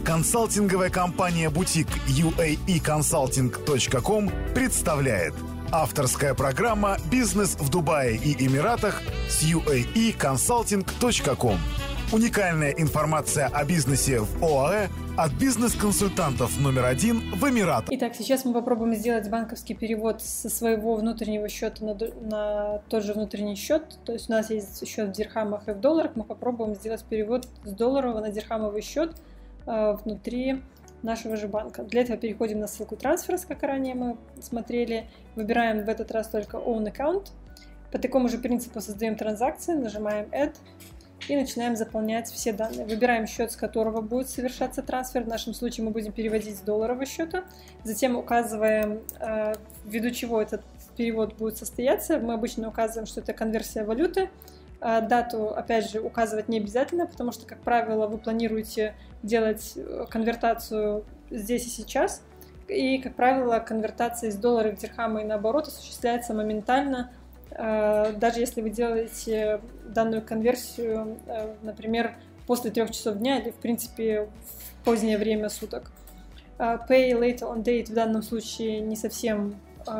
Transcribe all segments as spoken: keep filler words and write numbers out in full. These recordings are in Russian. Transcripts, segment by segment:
Консалтинговая компания «Бутик» ю эй и консалтинг точка ком представляет авторская программа «Бизнес в Дубае и Эмиратах» с ю эй и консалтинг точка ком. Уникальная информация о бизнесе в ОАЭ от бизнес-консультантов номер один в Эмиратах. Итак, сейчас мы попробуем сделать банковский перевод со своего внутреннего счета на, на тот же внутренний счет. То есть у нас есть счет в дирхамах и в долларах. Мы попробуем сделать перевод с долларового на дирхамовый счет э, внутри нашего же банка. Для этого переходим на ссылку Transfers, как ранее мы смотрели. Выбираем в этот раз только Own Account. По такому же принципу создаем транзакции, нажимаем Add. И начинаем заполнять все данные. Выбираем счет, с которого будет совершаться трансфер. В нашем случае мы будем переводить с долларового счета. Затем указываем, ввиду чего этот перевод будет состояться. Мы обычно указываем, что это конверсия валюты. Дату, опять же, указывать не обязательно, потому что, как правило, вы планируете делать конвертацию здесь и сейчас. И, как правило, конвертация из доллара в дирхамы и наоборот осуществляется моментально. Даже если вы делаете данную конверсию, например, после трех часов дня или, в принципе, в позднее время суток. Pay later on date в данном случае не совсем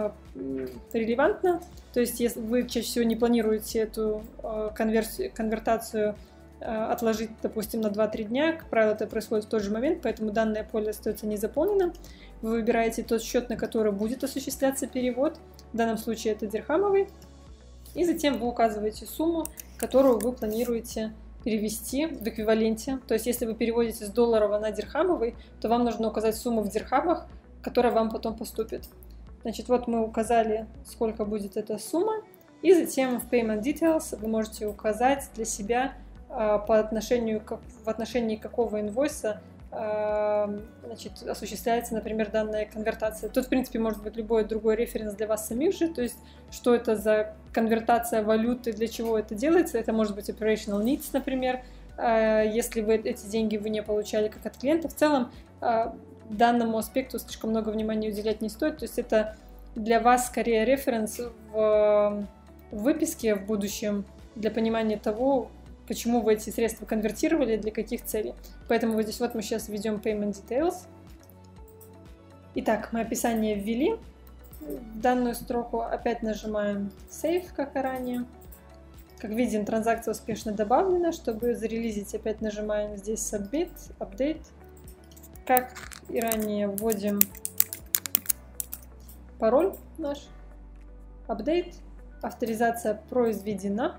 релевантно. То есть, если вы чаще всего не планируете эту конверсию, конвертацию отложить, допустим, на два-три дня, как правило, это происходит в тот же момент, поэтому данное поле остается незаполненным. Вы выбираете тот счет, на который будет осуществляться перевод. В данном случае это дирхамовый. И затем вы указываете сумму, которую вы планируете перевести в эквиваленте. То есть, если вы переводите с долларового на дирхамовый, то вам нужно указать сумму в дирхамах, которая вам потом поступит. Значит, вот мы указали, сколько будет эта сумма. И затем в Payment Details вы можете указать для себя, по отношению, в отношении какого инвойса значит, осуществляется, например, данная конвертация. Тут, в принципе, может быть любой другой референс для вас самих же, то есть, что это за конвертация валюты, для чего это делается. Это может быть operational needs, например, если вы эти деньги вы не получали как от клиента. В целом, данному аспекту слишком много внимания уделять не стоит, то есть, это для вас скорее референс в, в выписке в будущем для понимания того, почему вы эти средства конвертировали, для каких целей. Поэтому вот здесь вот мы сейчас введем Payment Details. Итак, мы описание ввели. В данную строку опять нажимаем Save, как и ранее. Как видим, транзакция успешно добавлена. Чтобы зарелизить, опять нажимаем здесь Submit, Update. Как и ранее, вводим пароль наш. Update. Авторизация произведена.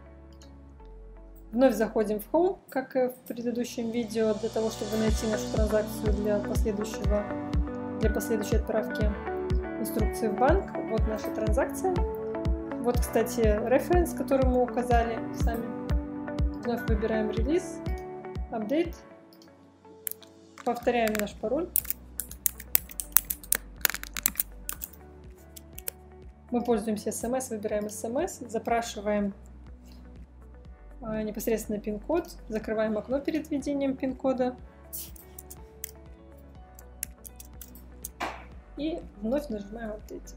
Вновь заходим в Home, как и в предыдущем видео, для того, чтобы найти нашу транзакцию для последующего, для последующей отправки инструкции в банк. Вот наша транзакция. Вот, кстати, референс, который мы указали сами. Вновь выбираем релиз, Update. Повторяем наш пароль. Мы пользуемся эс эм эс, выбираем эс эм эс, запрашиваем непосредственно пин-код, закрываем окно перед введением пин-кода и вновь нажимаем Update.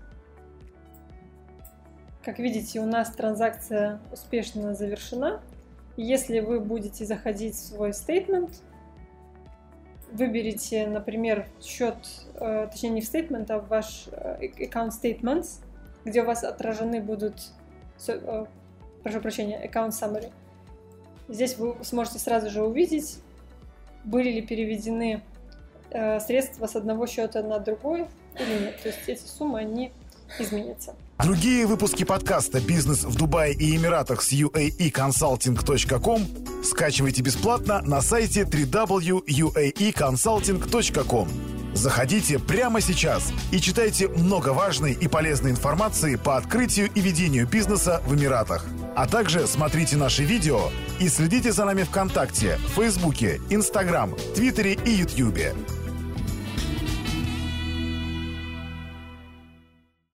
Как видите, у нас транзакция успешно завершена. Если вы будете заходить в свой statement, выберите, например, счет, точнее не в statement, а в ваш account statements, где у вас отражены будут, прошу прощения, account summary. Здесь вы сможете сразу же увидеть, были ли переведены э, средства с одного счета на другой или нет. То есть эти суммы, они изменятся. Другие выпуски подкаста «Бизнес в Дубае и Эмиратах» с ю эй и консалтинг точка ком скачивайте бесплатно на сайте дабл ю дабл ю дабл ю точка ю эй и консалтинг точка ком. Заходите прямо сейчас и читайте много важной и полезной информации по открытию и ведению бизнеса в Эмиратах. А также смотрите наши видео и следите за нами ВКонтакте, Фейсбуке, Инстаграм, Твиттере и Ютьюбе.